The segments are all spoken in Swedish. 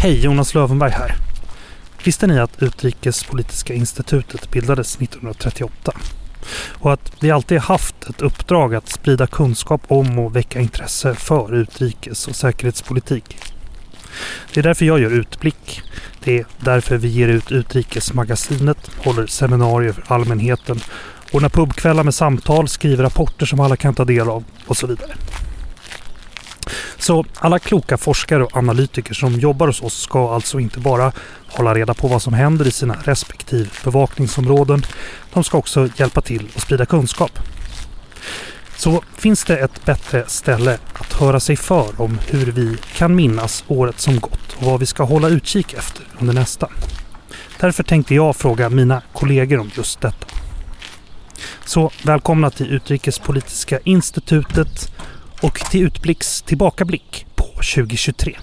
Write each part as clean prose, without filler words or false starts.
Hej, Jonas Lövenberg här. Visste ni att Utrikespolitiska institutet bildades 1938? Och att vi alltid haft ett uppdrag att sprida kunskap om och väcka intresse för utrikes- och säkerhetspolitik. Det är därför jag gör Utblick. Det är därför vi ger ut Utrikesmagasinet, håller seminarier för allmänheten, ordnar pubkvällar med samtal, skriver rapporter som alla kan ta del av och så vidare. Så alla kloka forskare och analytiker som jobbar hos oss ska alltså inte bara hålla reda på vad som händer i sina respektive bevakningsområden, de ska också hjälpa till att sprida kunskap. Så finns det ett bättre ställe att höra sig för om hur vi kan minnas året som gått och vad vi ska hålla utkik efter under nästa. Därför tänkte jag fråga mina kollegor om just detta. Så välkomna till Utrikespolitiska institutet och till Utblicks tillbakablick på 2023.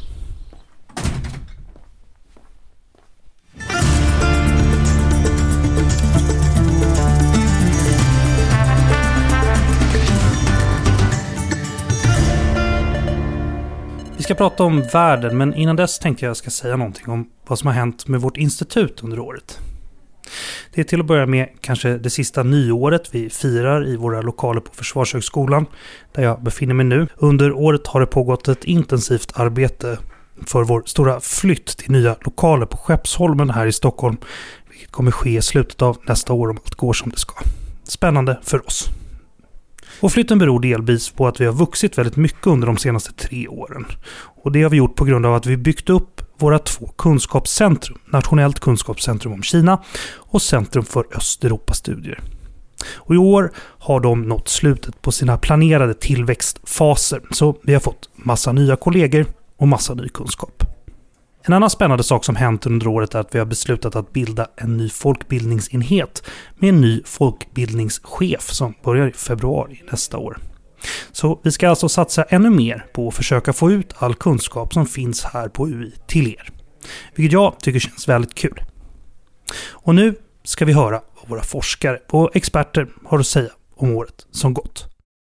Vi ska prata om världen, men innan dess tänkte jag ska säga någonting om vad som har hänt med vårt institut under året. Det är till att börja med kanske det sista nyåret vi firar i våra lokaler på Försvarshögskolan, där jag befinner mig nu. Under året har det pågått ett intensivt arbete för vår stora flytt till nya lokaler på Skeppsholmen här i Stockholm, vilket kommer ske i slutet av nästa år om allt går som det ska. Spännande för oss. Och flytten beror delvis på att vi har vuxit väldigt mycket under de senaste 3 åren. Och det har vi gjort på grund av att vi byggt upp våra 2 kunskapscentrum. Nationellt kunskapscentrum om Kina och Centrum för Östeuropastudier. Och i år har de nått slutet på sina planerade tillväxtfaser. Så vi har fått massa nya kollegor och massa ny kunskap. En annan spännande sak som hänt under året är att vi har beslutat att bilda en ny folkbildningsenhet med en ny folkbildningschef som börjar i februari nästa år. Så vi ska alltså satsa ännu mer på att försöka få ut all kunskap som finns här på UI till er. Vilket jag tycker känns väldigt kul. Och nu ska vi höra vad våra forskare och experter har att säga om året som gått.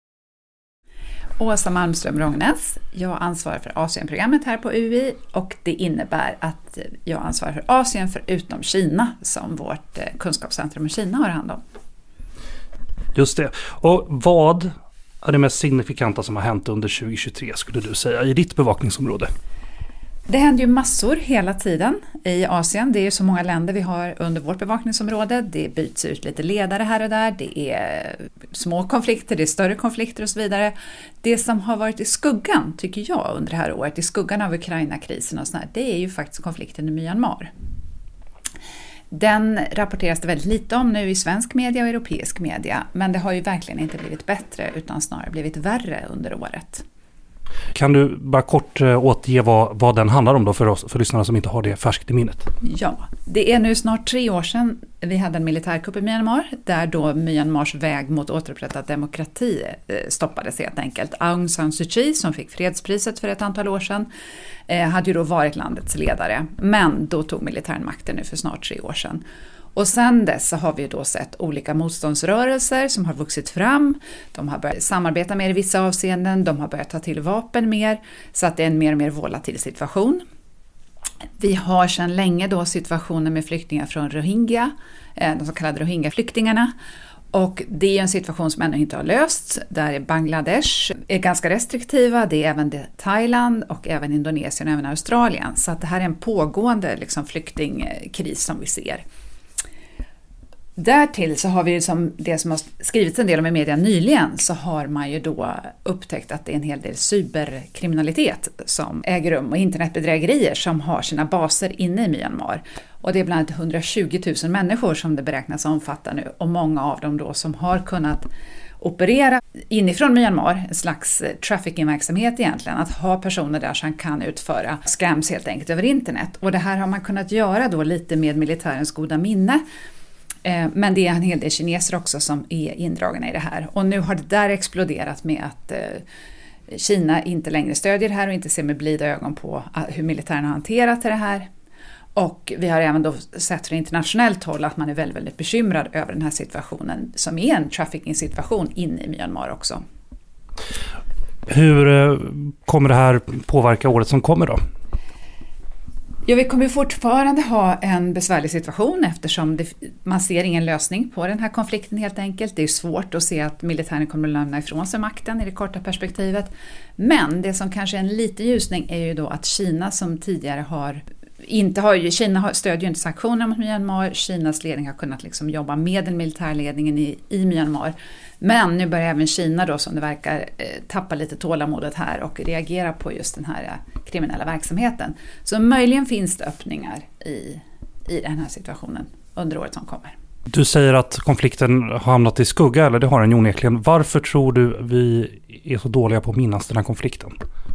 Åsa Malmström Rångnes. Jag ansvarar för Asienprogrammet här på UI och det innebär att jag ansvarar för Asien förutom Kina som vårt kunskapscentrum i Kina har hand om. Just det. Och vad är det mest signifikanta som har hänt under 2023 skulle du säga i ditt bevakningsområde? Det händer ju massor hela tiden i Asien. Det är ju så många länder vi har under vårt bevakningsområde. Det byts ut lite ledare här och där. Det är små konflikter, det är större konflikter och så vidare. Det som har varit i skuggan, tycker jag, under det här året, i skuggan av Ukraina-krisen och sådär, det är ju faktiskt konflikten i Myanmar. Den rapporteras det väldigt lite om nu i svensk media och europeisk media. Men det har ju verkligen inte blivit bättre utan snarare blivit värre under året. Kan du bara kort återge vad den handlar om då för lyssnarna som inte har det färskt i minnet? Ja, det är nu snart 3 år sedan vi hade en militärkupp i Myanmar där då Myanmars väg mot återupprättad demokrati stoppades helt enkelt. Aung San Suu Kyi som fick fredspriset för ett antal år sedan hade ju då varit landets ledare, men då tog militären makten nu för snart 3 år sedan. Och sen dess så har vi då sett olika motståndsrörelser som har vuxit fram. De har börjat samarbeta mer i vissa avseenden. De har börjat ta till vapen mer. Så att det är en mer och mer volatil situation. Vi har sedan länge då situationen med flyktingar från Rohingya. De så kallade Rohingya-flyktingarna. Och det är en situation som ännu inte har lösts. Där Bangladesh är ganska restriktiva. Det är även Thailand och även Indonesien och även Australien. Så att det här är en pågående flyktingkris som vi ser. Därtill så har vi som det som har skrivits en del om i media nyligen, så har man ju då upptäckt att det är en hel del cyberkriminalitet som äger rum och internetbedrägerier som har sina baser inne i Myanmar. Och det är bland annat 120 000 människor som det beräknas omfatta nu, och många av dem då som har kunnat operera inifrån Myanmar, en slags trafficking-verksamhet egentligen, att ha personer där som kan utföra scams helt enkelt över internet. Och det här har man kunnat göra då lite med militärens goda minne. Men det är en hel del kineser också som är indragna i det här. Och nu har det där exploderat med att Kina inte längre stödjer det här och inte ser med blida ögon på hur militären har hanterat det här. Och vi har även då sett från internationellt håll att man är väldigt, väldigt bekymrad över den här situationen som är en trafficking-situation inne i Myanmar också. Hur kommer det här påverka året som kommer då? Ja, vi kommer fortfarande ha en besvärlig situation eftersom man ser ingen lösning på den här konflikten helt enkelt. Det är svårt att se att militären kommer att lämna ifrån sig makten i det korta perspektivet. Men det som kanske är en liten ljusning är ju då att Kina som tidigare Kina stödjer ju inte sanktioner mot Myanmar. Kinas ledning har kunnat liksom jobba med den militärledningen i Myanmar. Men nu börjar även Kina då, som det verkar, tappa lite tålamodet här och reagera på just den här kriminella verksamheten. Så möjligen finns det öppningar i den här situationen under året som kommer. Du säger att konflikten har hamnat i skugga, eller det har den onekligen. Varför tror du vi är så dåliga på att minnas den här konflikten?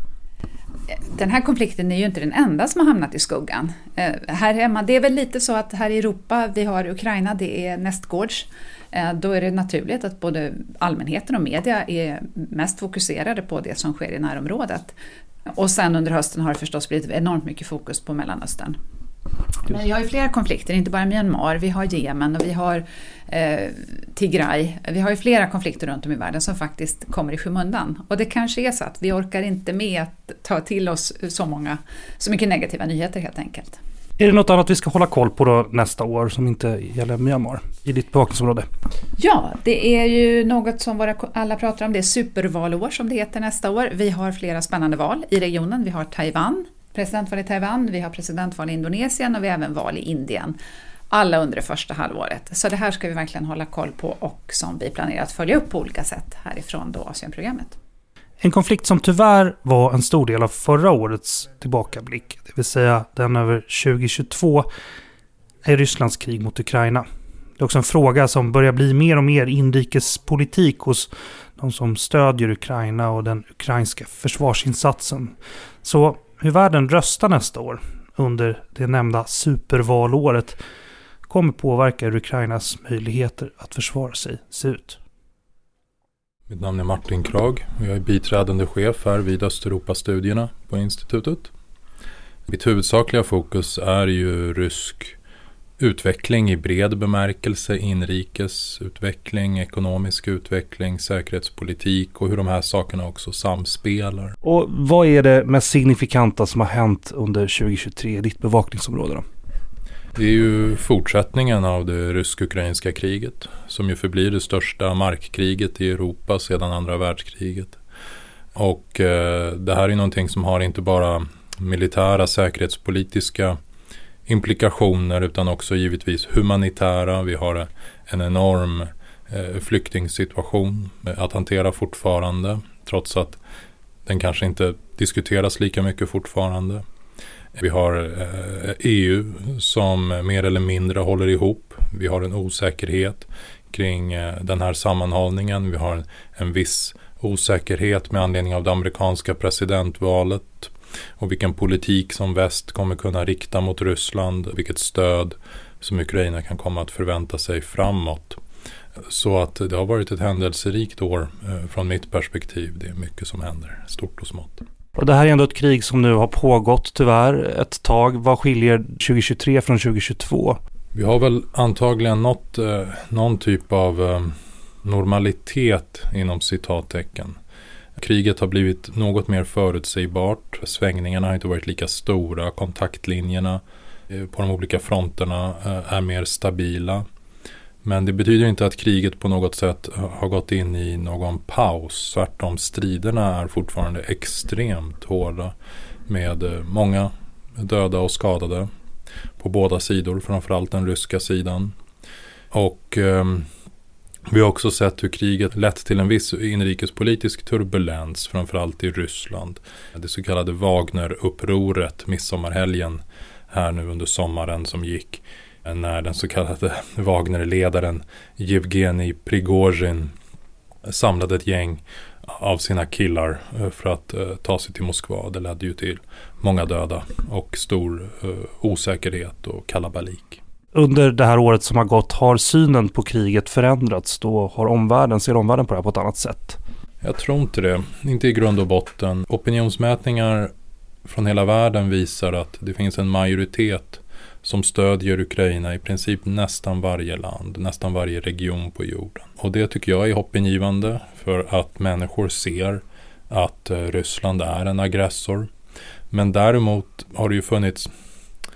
Den här konflikten är ju inte den enda som har hamnat i skuggan. Här hemma, det är väl lite så att här i Europa, vi har Ukraina, det är nästgårds. Då är det naturligt att både allmänheten och media är mest fokuserade på det som sker i närområdet. Och sen under hösten har det förstås blivit enormt mycket fokus på Mellanöstern. Men vi har ju flera konflikter, inte bara Myanmar, vi har Jemen och vi har Tigray. Vi har ju flera konflikter runt om i världen som faktiskt kommer i skymundan. Och det kanske är så att vi orkar inte med att ta till oss så mycket negativa nyheter helt enkelt. Är det något annat vi ska hålla koll på då nästa år som inte gäller Myanmar i ditt bevakningsområde? Ja, det är ju något som alla pratar om. Det är supervalår som det heter nästa år. Vi har flera spännande val i regionen. Vi har presidentval i Taiwan, vi har presidentval i Indonesien och vi har även val i Indien. Alla under det första halvåret. Så det här ska vi verkligen hålla koll på och som vi planerar att följa upp på olika sätt härifrån då Asienprogrammet. En konflikt som tyvärr var en stor del av förra årets tillbakablick, det vill säga den över 2022, är Rysslands krig mot Ukraina. Det är också en fråga som börjar bli mer och mer inrikespolitik hos de som stödjer Ukraina och den ukrainska försvarsinsatsen. Så hur världen röstar nästa år under det nämnda supervalåret kommer påverka hur Ukrainas möjligheter att försvara sig ser ut. Mitt namn är Martin Krag och jag är biträdande chef här vid Östeuropastudierna på institutet. Mitt huvudsakliga fokus är ju rysk utveckling i bred bemärkelse, inrikesutveckling, ekonomisk utveckling, säkerhetspolitik och hur de här sakerna också samspelar. Och vad är det mest signifikanta som har hänt under 2023 i ditt bevakningsområde då? Det är ju fortsättningen av det rysk-ukrainska kriget som ju förblir det största markkriget i Europa sedan andra världskriget. Och det här är någonting som har inte bara militära säkerhetspolitiska implikationer utan också givetvis humanitära. Vi har en enorm flyktingsituation att hantera fortfarande trots att den kanske inte diskuteras lika mycket fortfarande. Vi har EU som mer eller mindre håller ihop. Vi har en osäkerhet kring den här sammanhållningen. Vi har en viss osäkerhet med anledning av det amerikanska presidentvalet och vilken politik som väst kommer kunna rikta mot Ryssland, vilket stöd som Ukraina kan komma att förvänta sig framåt. Så att det har varit ett händelserikt år från mitt perspektiv. Det är mycket som händer, stort och smått. Och det här är ändå ett krig som nu har pågått tyvärr ett tag. Vad skiljer 2023 från 2022? Vi har väl antagligen nått någon typ av normalitet inom citattecken. Kriget har blivit något mer förutsägbart. Svängningarna har inte varit lika stora. Kontaktlinjerna på de olika fronterna är mer stabila. Men det betyder inte att kriget på något sätt har gått in i någon paus. Tvärtom, striderna är fortfarande extremt hårda med många döda och skadade på båda sidor, framförallt den ryska sidan. Och vi har också sett hur kriget lett till en viss inrikespolitisk turbulens, framförallt i Ryssland. Det så kallade Wagner-upproret, midsommarhelgen här nu under sommaren som gick, när den så kallade Wagner-ledaren Yevgeny Prigozhin samlade ett gäng av sina killar för att ta sig till Moskva. Det ledde ju till många döda och stor osäkerhet och kalabalik. Under det här året som har gått har synen på kriget förändrats. Då ser omvärlden på det här på ett annat sätt? Jag tror inte det. Inte i grund och botten. Opinionsmätningar från hela världen visar att det finns en majoritet som stödjer Ukraina i princip nästan varje land, nästan varje region på jorden. Och det tycker jag är hoppingivande för att människor ser att Ryssland är en aggressor. Men däremot har det ju funnits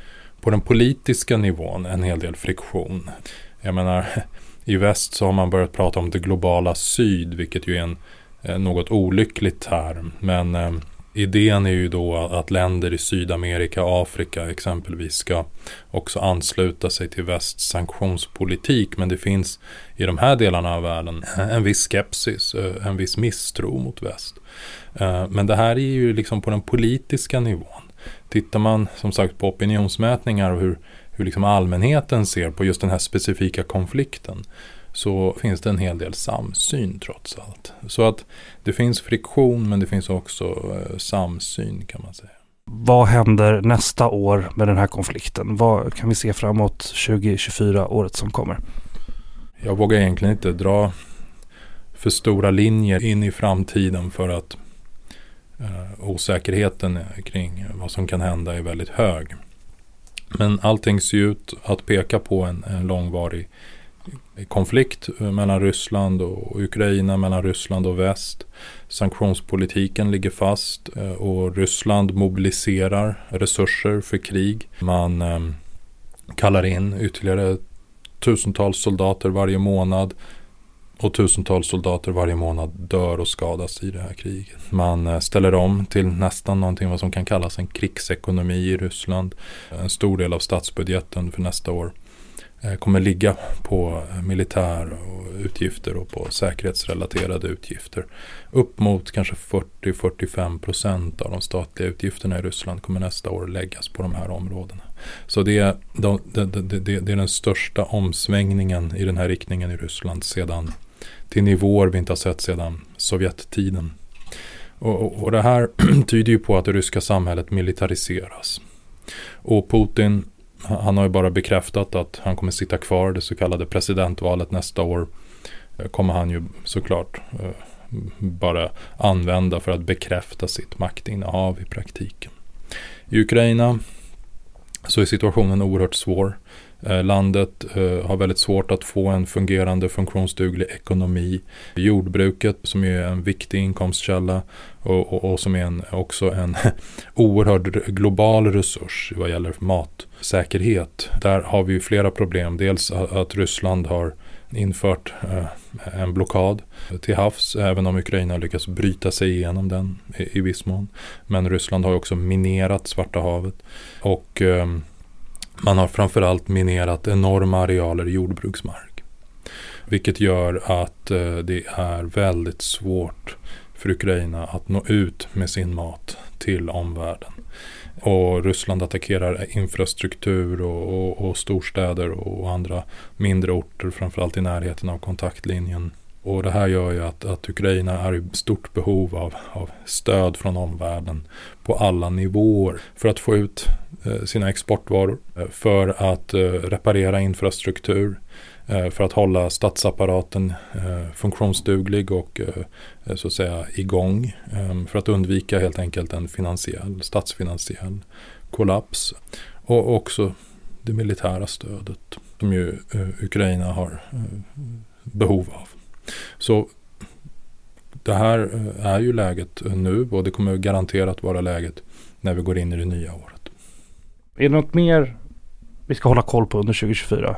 på den politiska nivån en hel del friktion. Jag menar, i väst så har man börjat prata om det globala syd, vilket ju är en något olycklig term. Men idén är ju då att länder i Sydamerika, Afrika exempelvis ska också ansluta sig till västs sanktionspolitik. Men det finns i de här delarna av världen en viss skepsis, en viss misstro mot väst. Men det här är ju liksom på den politiska nivån. Tittar man som sagt på opinionsmätningar och hur liksom allmänheten ser på just den här specifika konflikten, så finns det en hel del samsyn trots allt. Så att det finns friktion, men det finns också samsyn, kan man säga. Vad händer nästa år med den här konflikten? Vad kan vi se framåt 2024, året som kommer? Jag vågar egentligen inte dra för stora linjer in i framtiden, för att osäkerheten kring vad som kan hända är väldigt hög. Men allting ser ut att peka på en långvarig konflikt mellan Ryssland och Ukraina, mellan Ryssland och väst. Sanktionspolitiken ligger fast och Ryssland mobiliserar resurser för krig. Man kallar in ytterligare tusentals soldater varje månad, och tusentals soldater varje månad dör och skadas i det här kriget. Man ställer om till nästan någonting vad som kan kallas en krigsekonomi i Ryssland. En stor del av statsbudgeten för nästa år kommer ligga på militär och utgifter och på säkerhetsrelaterade utgifter. Upp mot kanske 40-45% av de statliga utgifterna i Ryssland kommer nästa år läggas på de här områdena. Så det är den största omsvängningen i den här riktningen i Ryssland till nivåer vi inte har sett sedan Sovjettiden. Och det här tyder ju på att det ryska samhället militariseras. Och Putin, han har ju bara bekräftat att han kommer sitta kvar. Det så kallade presidentvalet nästa år kommer han ju såklart bara använda för att bekräfta sitt maktinnehav i praktiken. I Ukraina så är situationen oerhört svår. Landet har väldigt svårt att få en fungerande, funktionsduglig ekonomi. Jordbruket, som är en viktig inkomstkälla och som är också en oerhörd global resurs vad gäller matsäkerhet. Där har vi ju flera problem. Dels att Ryssland har infört en blockad till havs, även om Ukraina lyckas bryta sig igenom den i viss mån. Men Ryssland har också minerat Svarta havet, och man har framförallt minerat enorma arealer jordbruksmark. Vilket gör att det är väldigt svårt för Ukraina att nå ut med sin mat till omvärlden. Och Ryssland attackerar infrastruktur och storstäder och andra mindre orter, framförallt i närheten av kontaktlinjen. Och det här gör ju att Ukraina är i stort behov av stöd från omvärlden på alla nivåer för att få ut sina exportvaror, för att reparera infrastruktur, för att hålla statsapparaten funktionsduglig och så att säga igång, för att undvika helt enkelt en statsfinansiell kollaps, och också det militära stödet som ju Ukraina har behov av. Så det här är ju läget nu, och det kommer garanterat vara läget när vi går in i det nya året. Är det något mer vi ska hålla koll på under 2024?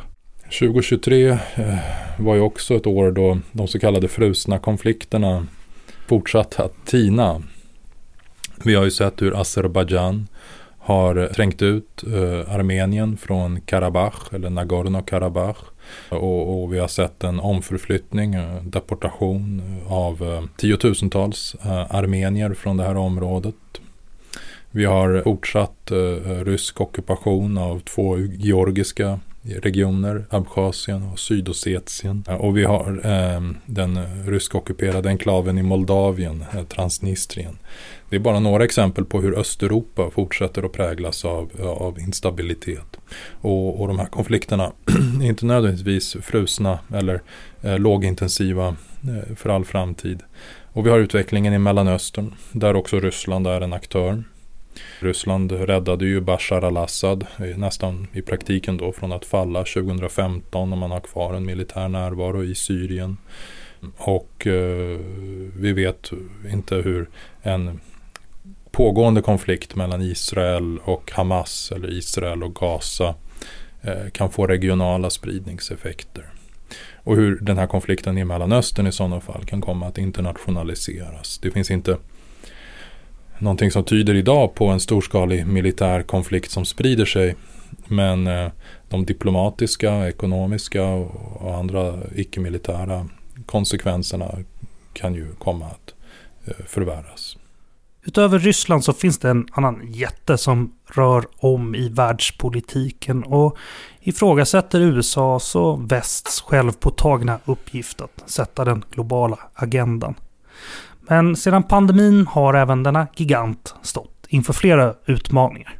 2023 var ju också ett år då de så kallade frusna konflikterna fortsatte att tina. Vi har ju sett hur Azerbaijan har trängt ut Armenien från Karabach eller Nagorno-Karabach. Och vi har sett en omförflyttning, deportation av tiotusentals armenier från det här området. Vi har fortsatt rysk ockupation av 2 georgiska regioner, Abchasien och Sydossetien. Och vi har den rysk-ockuperade enklaven i Moldavien, Transnistrien. Det är bara några exempel på hur Östeuropa fortsätter att präglas av instabilitet. Och de här konflikterna är inte nödvändigtvis frusna eller lågintensiva för all framtid. Och vi har utvecklingen i Mellanöstern, där också Ryssland är en aktör. Ryssland räddade ju Bashar al-Assad nästan i praktiken då från att falla 2015, och man har kvar en militär närvaro i Syrien. Och vi vet inte hur en pågående konflikt mellan Israel och Hamas eller Israel och Gaza kan få regionala spridningseffekter. Och hur den här konflikten i Mellanöstern i sådana fall kan komma att internationaliseras. Det finns inte någonting som tyder idag på en storskalig militär konflikt som sprider sig. Men de diplomatiska, ekonomiska och andra icke-militära konsekvenserna kan ju komma att förvärras. Utöver Ryssland så finns det en annan jätte som rör om i världspolitiken och ifrågasätter USAs och västs självpåtagna uppgift att sätta den globala agendan. Men sedan pandemin har även denna gigant stått inför flera utmaningar.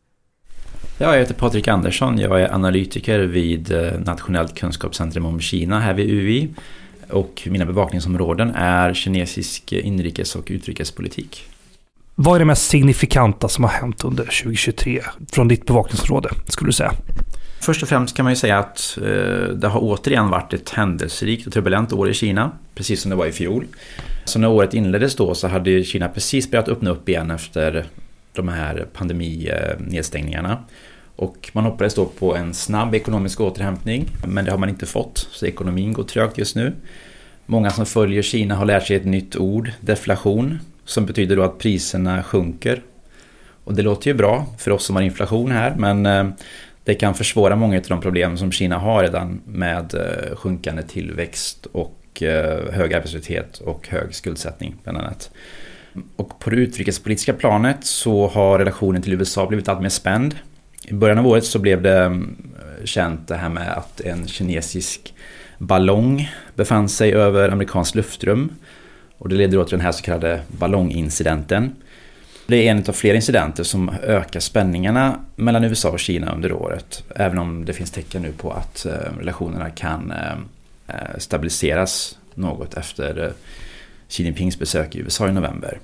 Jag heter Patrik Andersson, jag är analytiker vid Nationellt kunskapscentrum om Kina här vid UI och mina bevakningsområden är kinesisk inrikes- och utrikespolitik. Vad är det mest signifikanta som har hänt under 2023 från ditt bevakningsområde, skulle du säga? Först och främst kan man ju säga att det har återigen varit ett händelserikt och turbulent år i Kina, precis som det var i fjol. Så när året inleddes då så hade Kina precis börjat öppna upp igen efter de här pandeminedstängningarna. Och man hoppades då på en snabb ekonomisk återhämtning, men det har man inte fått, så ekonomin går trögt just nu. Många som följer Kina har lärt sig ett nytt ord, deflation, som betyder då att priserna sjunker. Och det låter ju bra för oss som har inflation här, men det kan försvåra många av de problem som Kina har redan med sjunkande tillväxt och hög arbetslöshet och hög skuldsättning bland annat. Och på det utrikespolitiska planet så har relationen till USA blivit allt mer spänd. I början av året så blev det känt det här med att en kinesisk ballong befann sig över amerikanskt luftrum. Och det ledde då till den här så kallade ballongincidenten. Det är en av flera incidenter som ökar spänningarna mellan USA och Kina under året. Även om det finns tecken nu på att relationerna kan stabiliseras något efter Xi Jinpings besök i USA i november.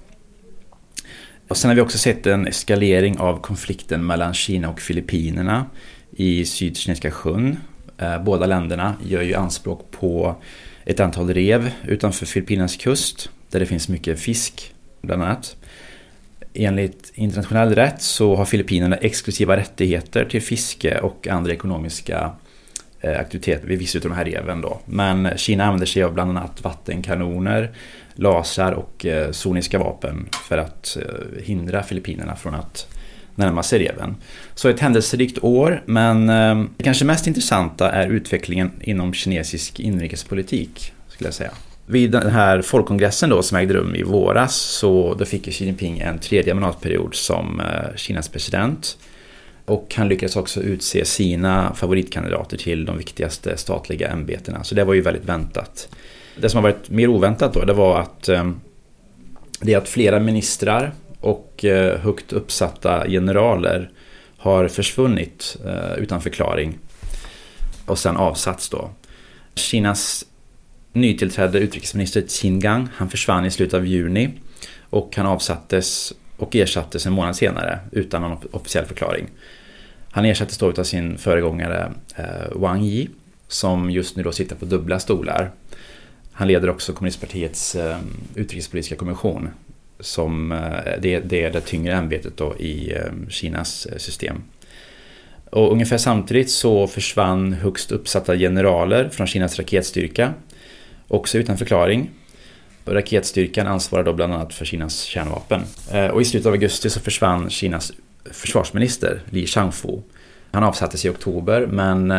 Och sen har vi också sett en eskalering av konflikten mellan Kina och Filippinerna i Sydkinesiska sjön. Båda länderna gör ju anspråk på ett antal rev utanför Filippinernas kust där det finns mycket fisk bland annat. Enligt internationell rätt så har Filippinerna exklusiva rättigheter till fiske och andra ekonomiska aktiviteter vid vissa av de här reven då. Men Kina använder sig av bland annat vattenkanoner, lasrar och soniska vapen för att hindra Filippinerna från att närma sig reven. Så ett händelserikt år, men det kanske mest intressanta är utvecklingen inom kinesisk inrikespolitik, skulle jag säga. Vid den här folkkongressen då som ägde rum i våras så då fick Xi Jinping en tredje mandatperiod som Kinas president. Och han lyckades också utse sina favoritkandidater till de viktigaste statliga ämbetena. Så det var ju väldigt väntat. Det som har varit mer oväntat då, det var att det är att flera ministrar och högt uppsatta generaler har försvunnit utan förklaring och sen avsatts då. Kinas nytillträdde utrikesminister Qin Gang, han försvann i slutet av juni och han avsattes och ersattes en månad senare utan någon officiell förklaring. Han ersattes då av sin föregångare Wang Yi som just nu då sitter på dubbla stolar. Han leder också kommunistpartiets utrikespolitiska kommission som det är det tyngre ämbetet då i Kinas system. Och ungefär samtidigt så försvann högst uppsatta generaler från Kinas raketstyrka också utan förklaring. Raketstyrkan ansvarar då bland annat för Kinas kärnvapen. Och i slutet av augusti så försvann Kinas försvarsminister Li Shangfu. Han avsattes i oktober men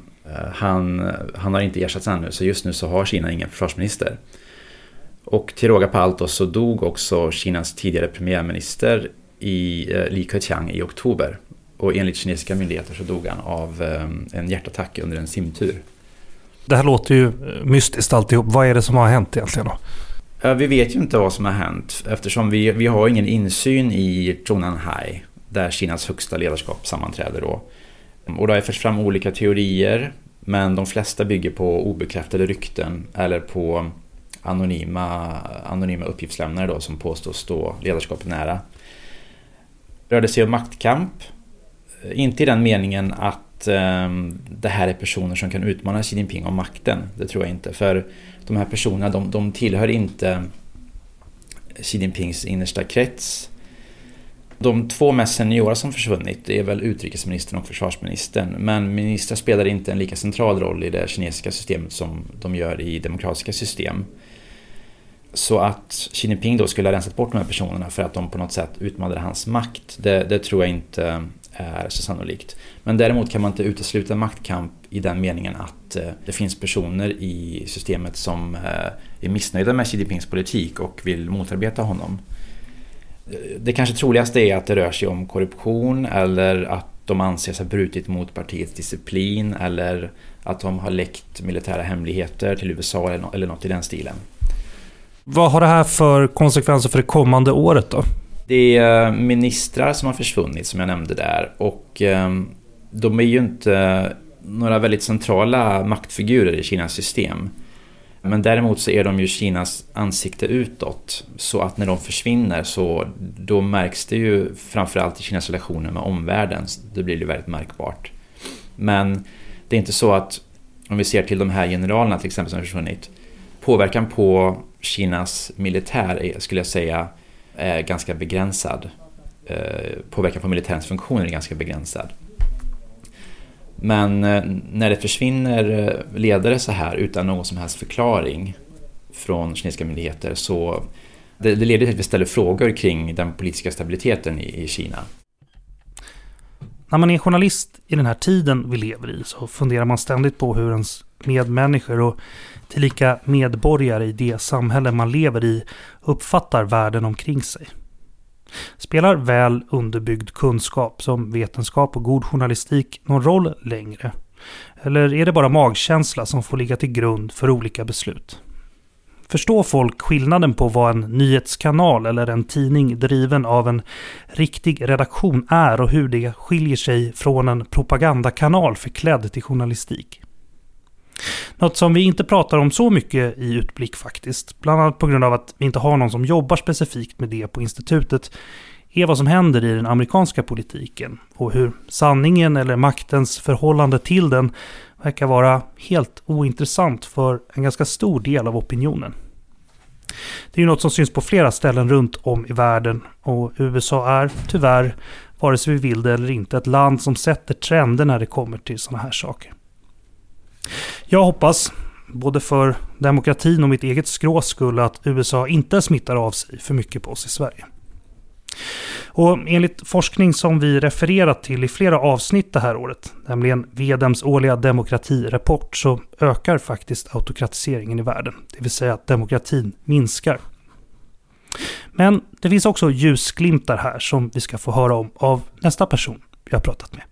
han har inte ersatts ännu, så just nu så har Kina ingen försvarsminister. Och till råga på allt då så dog också Kinas tidigare premiärminister Li Keqiang i oktober. Och enligt kinesiska myndigheter så dog han av en hjärtattack under en simtur. Det här låter ju mystiskt alltihop. Vad är det som har hänt egentligen då? Vi vet ju inte vad som har hänt eftersom vi har ingen insyn i Zhongnanhai där Kinas högsta ledarskap sammanträder då. Och det har förts fram olika teorier, men de flesta bygger på obekräftade rykten eller på anonyma uppgiftslämnare då som påstås stå ledarskapet nära. Det rörde sig om maktkamp, inte i den meningen att det här är personer som kan utmana Xi Jinping om makten, det tror jag inte, för de här personerna de tillhör inte Xi Jinpings innersta krets. De 2 mest seniora som försvunnit är väl utrikesministern och försvarsministern. Men ministrar spelar inte en lika central roll i det kinesiska systemet som de gör i demokratiska system. Så att Xi Jinping då skulle ha rensat bort de här personerna för att de på något sätt utmanade hans makt, det tror jag inte är så sannolikt. Men däremot kan man inte utesluta maktkamp i den meningen att det finns personer i systemet som är missnöjda med Xi Jinpings politik och vill motarbeta honom. Det kanske troligaste är att det rör sig om korruption eller att de anses ha brutit mot partiets disciplin eller att de har läckt militära hemligheter till USA eller något i den stilen. Vad har det här för konsekvenser för det kommande året då? Det är ministrar som har försvunnit som jag nämnde där och de är ju inte några väldigt centrala maktfigurer i Kinas system. Men däremot så är de ju Kinas ansikte utåt, så att när de försvinner så då märks det ju framförallt i Kinas relationer med omvärlden. Det blir ju väldigt märkbart. Men det är inte så att om vi ser till de här generalerna till exempel som har försvunnit, påverkan på Kinas militär skulle jag säga är ganska begränsad. Påverkan på militärens funktioner är ganska begränsad. Men när det försvinner ledare så här utan någon som helst förklaring från kinesiska myndigheter så det leder till att vi ställer frågor kring den politiska stabiliteten i Kina. När man är journalist i den här tiden vi lever i så funderar man ständigt på hur ens medmänniskor och tillika medborgare i det samhälle man lever i uppfattar världen omkring sig. Spelar väl underbyggd kunskap som vetenskap och god journalistik någon roll längre? Eller är det bara magkänsla som får ligga till grund för olika beslut? Förstår folk skillnaden på vad en nyhetskanal eller en tidning driven av en riktig redaktion är och hur det skiljer sig från en propagandakanal förklädd till journalistik? Något som vi inte pratar om så mycket i Utblick faktiskt, bland annat på grund av att vi inte har någon som jobbar specifikt med det på institutet, är vad som händer i den amerikanska politiken och hur sanningen eller maktens förhållande till den verkar vara helt ointressant för en ganska stor del av opinionen. Det är ju något som syns på flera ställen runt om i världen och USA är tyvärr, vare sig vi vill det eller inte, ett land som sätter trender när det kommer till sådana här saker. Jag hoppas, både för demokratin och mitt eget skrås skull, att USA inte smittar av sig för mycket på oss i Sverige. Och enligt forskning som vi refererat till i flera avsnitt det här året, nämligen VDMs årliga demokratirapport, så ökar faktiskt autokratiseringen i världen. Det vill säga att demokratin minskar. Men det finns också ljusglimtar här som vi ska få höra om av nästa person vi har pratat med.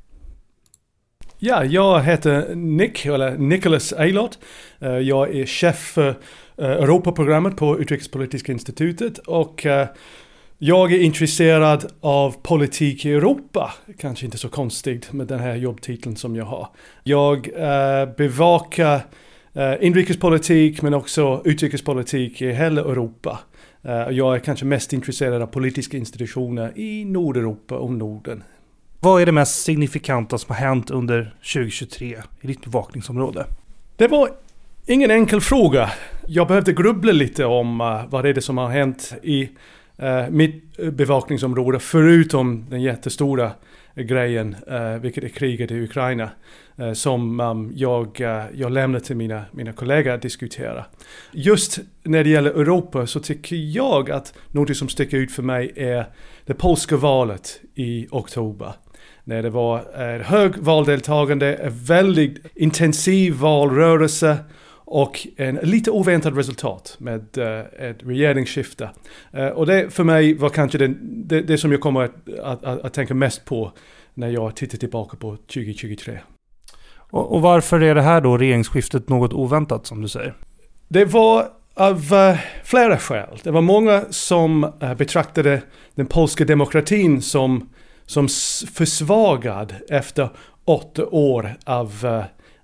Ja, jag heter Nicholas Eilert. Jag är chef för Europaprogrammet på Utrikespolitiska institutet och jag är intresserad av politik i Europa. Kanske inte så konstigt med den här jobbtiteln som jag har. Jag bevakar inrikespolitik men också utrikespolitik i hela Europa. Jag är kanske mest intresserad av politiska institutioner i Nordeuropa och Norden. Vad är det mest signifikanta som har hänt under 2023 i ditt bevakningsområde? Det var ingen enkel fråga. Jag behövde grubbla lite om vad det är som har hänt i mitt bevakningsområde förutom den jättestora grejen, vilket är kriget i Ukraina, som jag lämnar till mina kollegor att diskutera. Just när det gäller Europa så tycker jag att något som sticker ut för mig är det polska valet i oktober. När det var hög valdeltagande, en väldigt intensiv valrörelse och en lite oväntad resultat med ett regeringsskifte. Och det för mig var kanske det som jag kommer att tänka mest på när jag tittar tillbaka på 2023. Och varför är det här då regeringsskiftet något oväntat som du säger? Det var av flera skäl. Det var många som betraktade den polska demokratin som försvagad efter 8 år av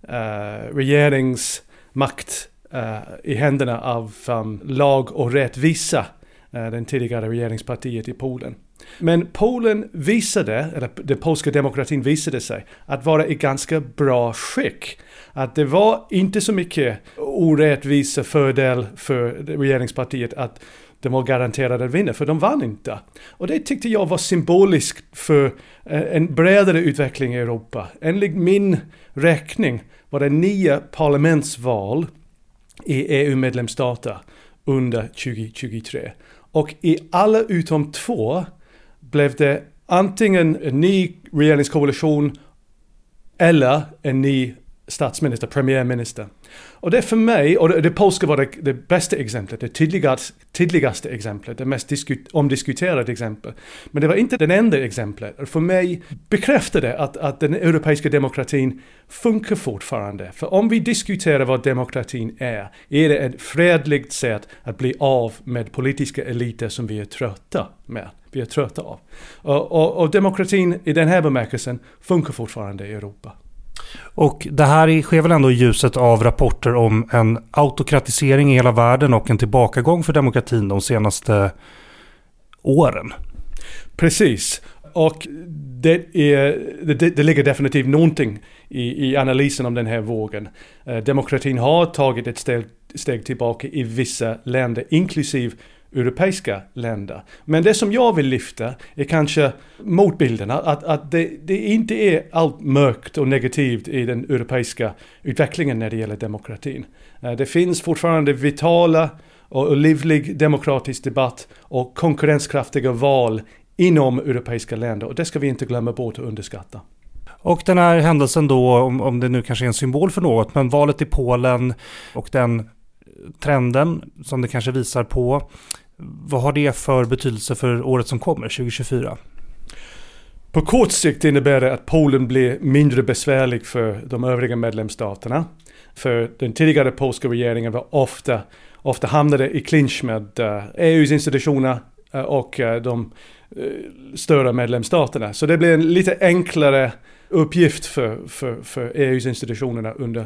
regeringsmakt i händerna av lag och rättvisa, den tidigare regeringspartiet i Polen. Men Polen den polska demokratin visade sig att vara i ganska bra skick. Att det var inte så mycket orättvisa fördel för regeringspartiet att de var garanterade att vinna, för de vann inte. Och det tyckte jag var symboliskt för en bredare utveckling i Europa. Enligt min räkning var det 9 parlamentsval i EU-medlemsstater under 2023. Och i alla utom 2 blev det antingen en ny regeringskoalition eller en ny statsminister, premiärminister. Och det för mig, och det polska var det bästa exemplet, det tydligaste exemplet, det mest omdiskuterade exempel. Men det var inte den enda exemplet. För mig bekräftade att den europeiska demokratin funkar fortfarande. För om vi diskuterar vad demokratin är det ett fredligt sätt att bli av med politiska eliter som vi är trötta med. Vi är trötta av. Och demokratin i den här bemärkelsen funkar fortfarande i Europa. Och det här sker väl ändå i ljuset av rapporter om en autokratisering i hela världen och en tillbakagång för demokratin de senaste åren. Precis. Och det ligger definitivt någonting i analysen om den här vågen. Demokratin har tagit ett steg tillbaka i vissa länder, inklusive europeiska länder. Men det som jag vill lyfta är kanske motbilderna, att det inte är allt mörkt och negativt i den europeiska utvecklingen när det gäller demokratin. Det finns fortfarande vitala och livlig demokratisk debatt och konkurrenskraftiga val inom europeiska länder, och det ska vi inte glömma bort och underskatta. Och den här händelsen då, om det nu kanske är en symbol för något, men valet i Polen och den trenden som det kanske visar på, vad har det för betydelse för året som kommer, 2024? På kort sikt innebär det att Polen blir mindre besvärlig för de övriga medlemsstaterna. För den tidigare polska regeringen var ofta hamnade i clinch med EUs institutioner och de större medlemsstaterna. Så det blir en lite enklare uppgift för EUs institutionerna under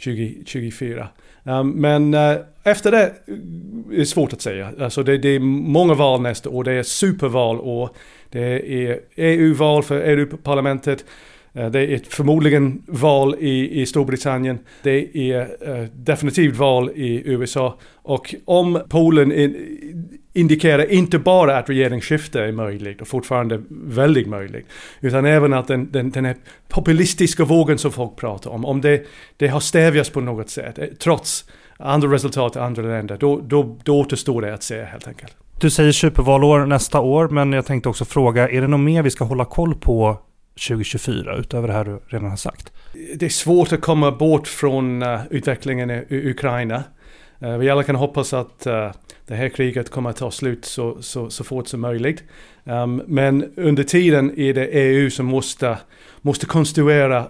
2024. Men efter det är det svårt att säga. Alltså det är många val nästa år. Det är superval och det är EU-val för EU-parlamentet. Det är förmodligen val i Storbritannien. Det är definitivt val i USA. Och om Polen indikerar inte bara att regeringsskifte är möjligt och fortfarande väldigt möjligt, utan även att den här populistiska vågen som folk pratar om det har stävjats på något sätt, trots andra resultat i andra länder, då återstår det att se helt enkelt. Du säger supervalår nästa år, men jag tänkte också fråga, är det något mer vi ska hålla koll på 2024 utöver det här du redan har sagt? Det är svårt att komma bort från utvecklingen i Ukraina. Vi alla kan hoppas att det här kriget kommer att ta slut så fort som möjligt. Men under tiden är det EU som måste konstruera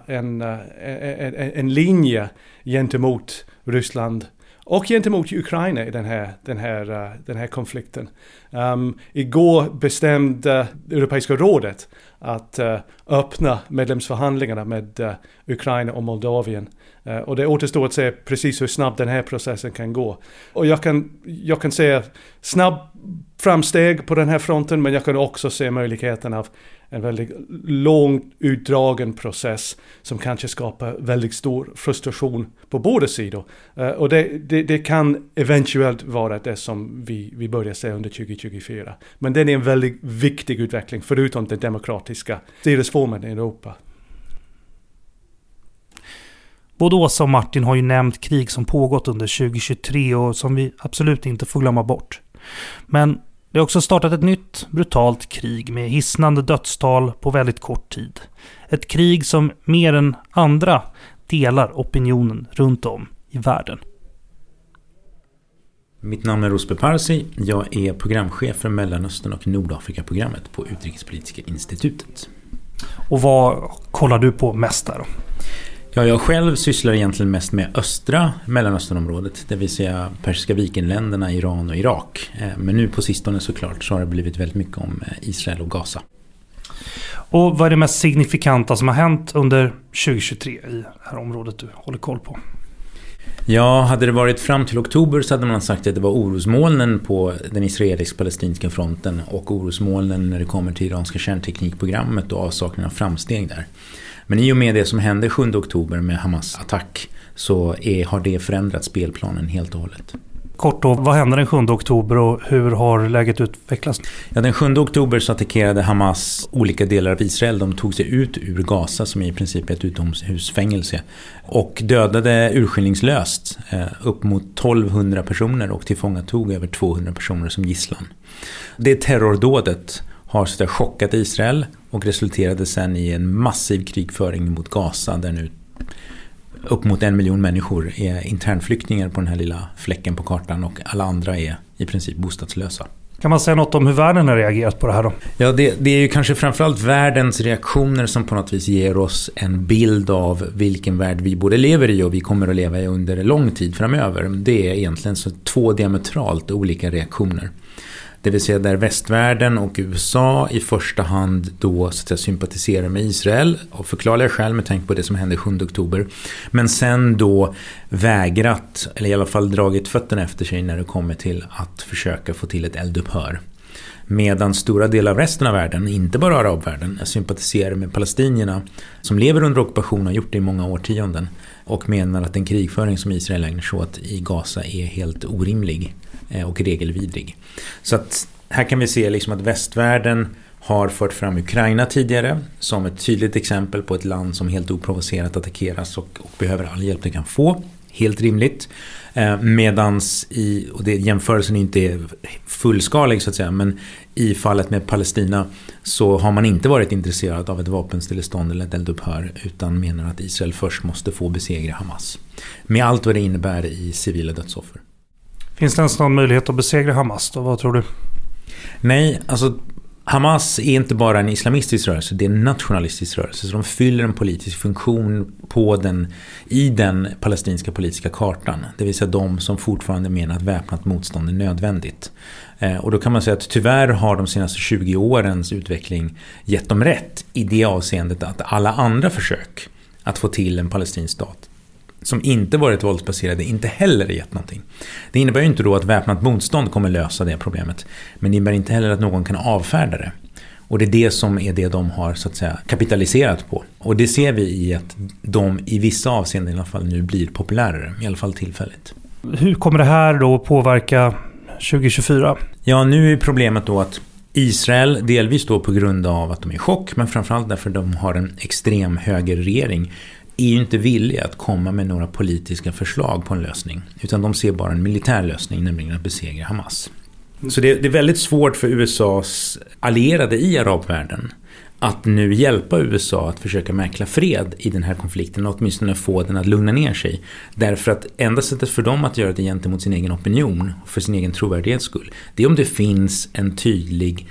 en linje gentemot Ryssland och gentemot Ukraina i den här konflikten. Igår bestämde Europeiska rådet att öppna medlemsförhandlingarna med Ukraina och Moldavien. Och det återstår att se precis hur snabbt den här processen kan gå. Och jag kan se snabb framsteg på den här fronten, men jag kan också se möjligheten av en väldigt långt utdragen process som kanske skapar väldigt stor frustration på båda sidor. Och det kan eventuellt vara det som vi börjar se under 2024. Men den är en väldigt viktig utveckling förutom den demokratiska styresformen i Europa. Både Åsa och Martin har ju nämnt krig som pågått under 2023 och som vi absolut inte får glömma bort. Men det har också startat ett nytt brutalt krig med hisnande dödstal på väldigt kort tid. Ett krig som mer än andra delar opinionen runt om i världen. Mitt namn är Rosbe Parsi. Jag är programchef för Mellanöstern och Nordafrika-programmet på Utrikespolitiska institutet. Och vad kollar du på mest där då? Ja, jag själv sysslar egentligen mest med östra Mellanösternområdet, det vill säga Persiska vikenländerna, Iran och Irak. Men nu på sistone såklart så har det blivit väldigt mycket om Israel och Gaza. Och vad är det mest signifikanta som har hänt under 2023 i det här området du håller koll på? Ja, hade det varit fram till oktober så hade man sagt att det var orosmolnen på den israelisk-palestinska fronten och orosmolnen när det kommer till iranska kärnteknikprogrammet och avsaknaden av framsteg där. Men i och med det som hände 7 oktober med Hamas attack så har det förändrat spelplanen helt och hållet. Kort då, vad hände den 7 oktober och hur har läget utvecklats? Ja, den 7 oktober så attackerade Hamas olika delar av Israel. De tog sig ut ur Gaza som är i princip ett utomhusfängelse och dödade urskillningslöst upp mot 1200 personer och tillfångatog över 200 personer som gisslan. Det terrordådet har så där chockat Israel och resulterade sen i en massiv krigföring mot Gaza där nu upp mot 1 miljon människor är internflyktingar på den här lilla fläcken på kartan och alla andra är i princip bostadslösa. Kan man säga något om hur världen har reagerat på det här då? Ja, det är ju kanske framförallt världens reaktioner som på något vis ger oss en bild av vilken värld vi både lever i och vi kommer att leva i under lång tid framöver. Det är egentligen så 2 diametralt olika reaktioner. Det vill säga där västvärlden och USA i första hand då så att säga, sympatiserar med Israel och förklarliga skäl med tanke på det som hände 7 oktober. Men sen då vägrat, eller i alla fall dragit fötterna efter sig när det kommer till att försöka få till ett eldupphör. Medan stora delar av resten av världen, inte bara arabvärlden, sympatiserar med palestinierna som lever under ockupation och har gjort det i många årtionden och menar att den krigföring som Israel ägnar sig åt i Gaza är helt orimlig och regelvidrig. Så att här kan vi se liksom att västvärlden har fört fram Ukraina tidigare som ett tydligt exempel på ett land som helt oprovocerat attackeras och behöver all hjälp det kan få. Helt rimligt. Medans och det jämförelsen inte är fullskalig så att säga, men i fallet med Palestina så har man inte varit intresserad av ett vapenstillestånd eller ett eldupphör utan menar att Israel först måste få besegra Hamas. Med allt vad det innebär i civila dödsoffer. Finns det ens någon möjlighet att besegra Hamas då? Vad tror du? Nej, alltså Hamas är inte bara en islamistisk rörelse, det är en nationalistisk rörelse. Så de fyller en politisk funktion i den palestinska politiska kartan. Det vill säga de som fortfarande menar att väpnat motstånd är nödvändigt. Och då kan man säga att tyvärr har de senaste 20 årens utveckling gett dem rätt i det avseendet att alla andra försök att få till en palestinsk stat som inte varit våldsbaserade inte heller gett någonting. Det innebär ju inte då att väpnat motstånd kommer lösa det problemet. Men det innebär inte heller att någon kan avfärda det. Och det är det som är det de har så att säga kapitaliserat på. Och det ser vi i att de i vissa avseenden i alla fall nu blir populärare, i alla fall tillfälligt. Hur kommer det här då påverka 2024? Ja, nu är problemet då att Israel delvis då på grund av att de är i chock, men framförallt därför att de har en extrem högerregering, är ju inte villiga att komma med några politiska förslag på en lösning. Utan de ser bara en militär lösning, nämligen att besegra Hamas. Så det är väldigt svårt för USAs allierade i arabvärlden att nu hjälpa USA att försöka mäkla fred i den här konflikten och åtminstone få den att lugna ner sig. Därför att enda sättet för dem att göra det gentemot sin egen opinion och för sin egen trovärdighets skull, det är om det finns en tydlig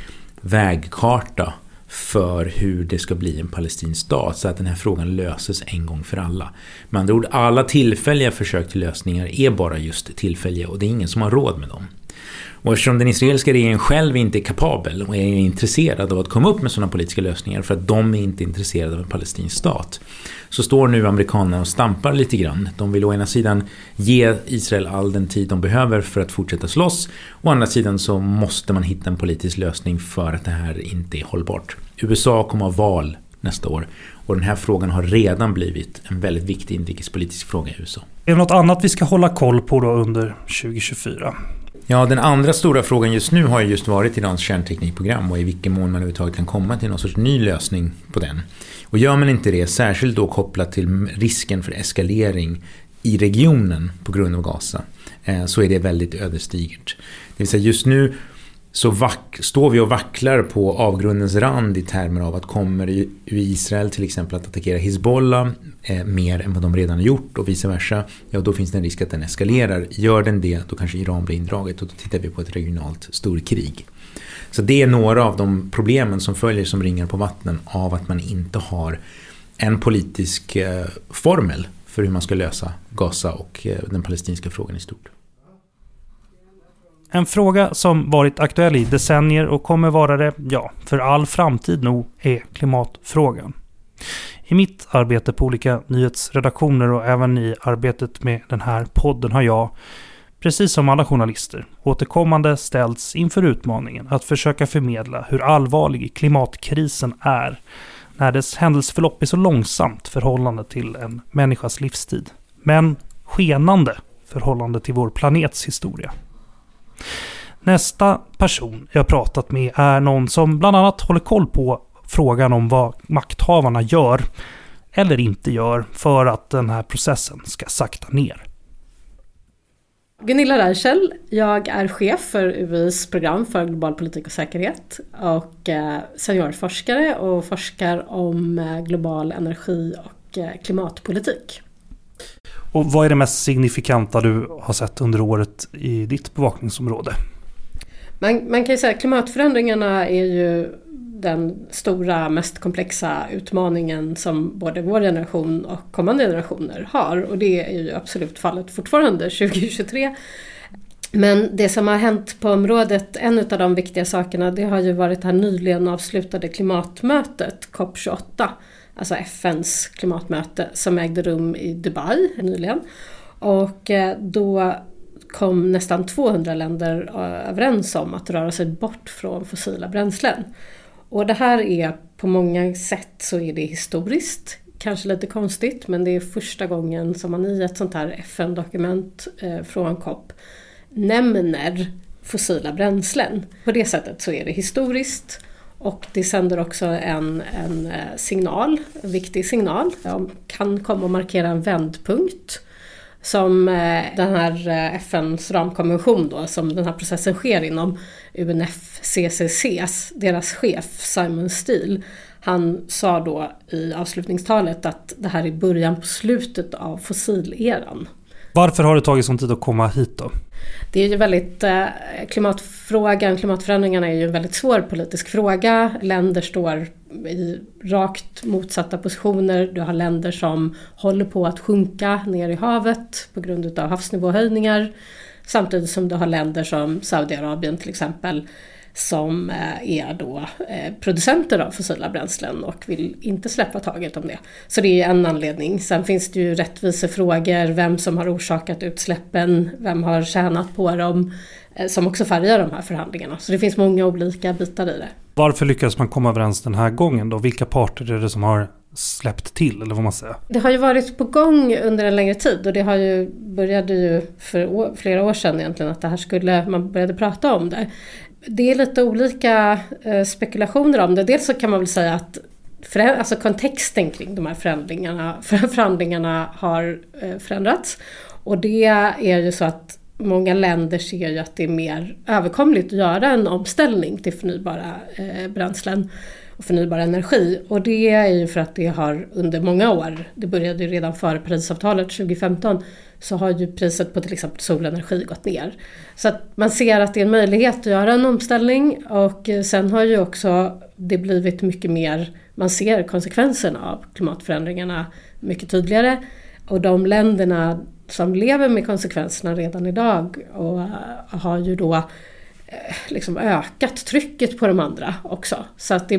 vägkarta för hur det ska bli en palestinsk stat så att den här frågan löses en gång för alla. Med andra ord, alla tillfälliga försök till lösningar är bara just tillfälliga och det är ingen som har råd med dem. Och eftersom den israeliska regeringen själv inte är kapabel och är intresserad av att komma upp med sådana politiska lösningar för att de är inte intresserade av en palestinsk stat, så står nu amerikanerna och stampar lite grann. De vill å ena sidan ge Israel all den tid de behöver för att fortsätta slåss. Å andra sidan så måste man hitta en politisk lösning för att det här inte är hållbart. USA kommer att ha val nästa år och den här frågan har redan blivit en väldigt viktig inrikespolitisk fråga i USA. Är det något annat vi ska hålla koll på då under 2024? Ja, den andra stora frågan just nu har ju just varit Irans kärnteknikprogram och i vilken mån man överhuvudtaget kan komma till någon sorts ny lösning på den. Och gör man inte det, särskilt då kopplat till risken för eskalering i regionen på grund av Gaza, så är det väldigt ödesdigert. Det vill säga just nu så står vi och vacklar på avgrundens rand i termer av att kommer Israel till exempel att attackera Hezbollah mer än vad de redan har gjort och vice versa, ja då finns det en risk att den eskalerar. Gör den det, då kanske Iran blir indraget och då tittar vi på ett regionalt storkrig. Så det är några av de problemen som följer som ringar på vattnen av att man inte har en politisk formel för hur man ska lösa Gaza och den palestinska frågan i stort. En fråga som varit aktuell i decennier och kommer vara det, för all framtid nog, är klimatfrågan. I mitt arbete på olika nyhetsredaktioner och även i arbetet med den här podden har jag, precis som alla journalister, återkommande ställts inför utmaningen att försöka förmedla hur allvarlig klimatkrisen är när dess händelseförlopp är så långsamt förhållande till en människas livstid. Men skenande förhållande till vår planets historia. Nästa person jag pratat med är någon som bland annat håller koll på frågan om vad makthavarna gör eller inte gör för att den här processen ska sakta ner. Gunilla Reichel, jag är chef för UIs program för global politik och säkerhet och seniorforskare och forskar om global energi och klimatpolitik. Och vad är det mest signifikanta du har sett under året i ditt bevakningsområde? Man kan ju säga att klimatförändringarna är ju den stora, mest komplexa utmaningen som både vår generation och kommande generationer har. Och det är ju absolut fallet fortfarande 2023. Men det som har hänt på området, en av de viktiga sakerna, det har ju varit det här nyligen avslutade klimatmötet COP28. Alltså FNs klimatmöte som ägde rum i Dubai nyligen. Och då kom nästan 200 länder överens om att röra sig bort från fossila bränslen. Och det här är på många sätt så är det historiskt, kanske lite konstigt, men det är första gången som man i ett sånt här FN-dokument från COP nämner fossila bränslen. På det sättet så är det historiskt och det sänder också en signal, en viktig signal. De kan komma och markera en vändpunkt som den här FNs ramkonvention då, som den här processen sker inom UNFCCC, deras chef Simon Steele. Han sa då i avslutningstalet att det här är början på slutet av fossileran. Varför har det tagit sån tid att komma hit då? Det är ju väldigt, klimatförändringarna är ju en väldigt svår politisk fråga. Länder står i rakt motsatta positioner. Du har länder som håller på att sjunka ner i havet på grund av havsnivåhöjningar. Samtidigt som du har länder som Saudiarabien till exempel som är då producenter av fossila bränslen och vill inte släppa taget om det. Så det är en anledning. Sen finns det ju rättvisefrågor, vem som har orsakat utsläppen, vem har tjänat på dem, som också färgar de här förhandlingarna. Så det finns många olika bitar i det. Varför lyckades man komma överens den här gången då? Vilka parter är det som har släppt till, eller vad man säger? Det har ju varit på gång under en längre tid och det började ju för flera år sedan egentligen att det här man började prata om det. Det är lite olika spekulationer om det. Dels så kan man väl säga att alltså kontexten kring de här förhandlingarna har förändrats. Och det är ju så att många länder ser ju att det är mer överkomligt att göra en omställning till förnybara bränslen och förnybar energi. Och det är ju för att det har under många år, det började ju redan före Parisavtalet 2015, så har ju priset på till exempel solenergi gått ner. Så att man ser att det är en möjlighet att göra en omställning och sen har ju också det blivit mycket mer, man ser konsekvenserna av klimatförändringarna mycket tydligare. Och de länderna som lever med konsekvenserna redan idag och har ju då liksom ökat trycket på de andra också. Så att det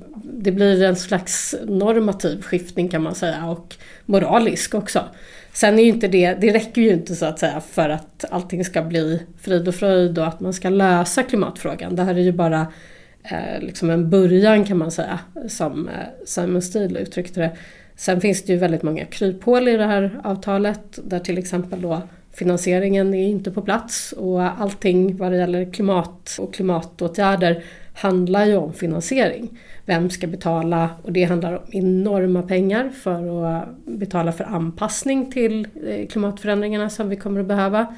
blir en slags normativ skiftning kan man säga och moralisk också. Sen är ju inte det räcker ju inte så att säga för att allting ska bli frid och fröjd och att man ska lösa klimatfrågan. Det här är ju bara liksom en början kan man säga som Simon Steele uttryckte det. Sen finns det ju väldigt många kryphål i det här avtalet där till exempel då finansieringen är inte på plats och allting vad det gäller klimat och klimatåtgärder handlar ju om finansiering. Vem ska betala? Och det handlar om enorma pengar för att betala för anpassning till klimatförändringarna som vi kommer att behöva.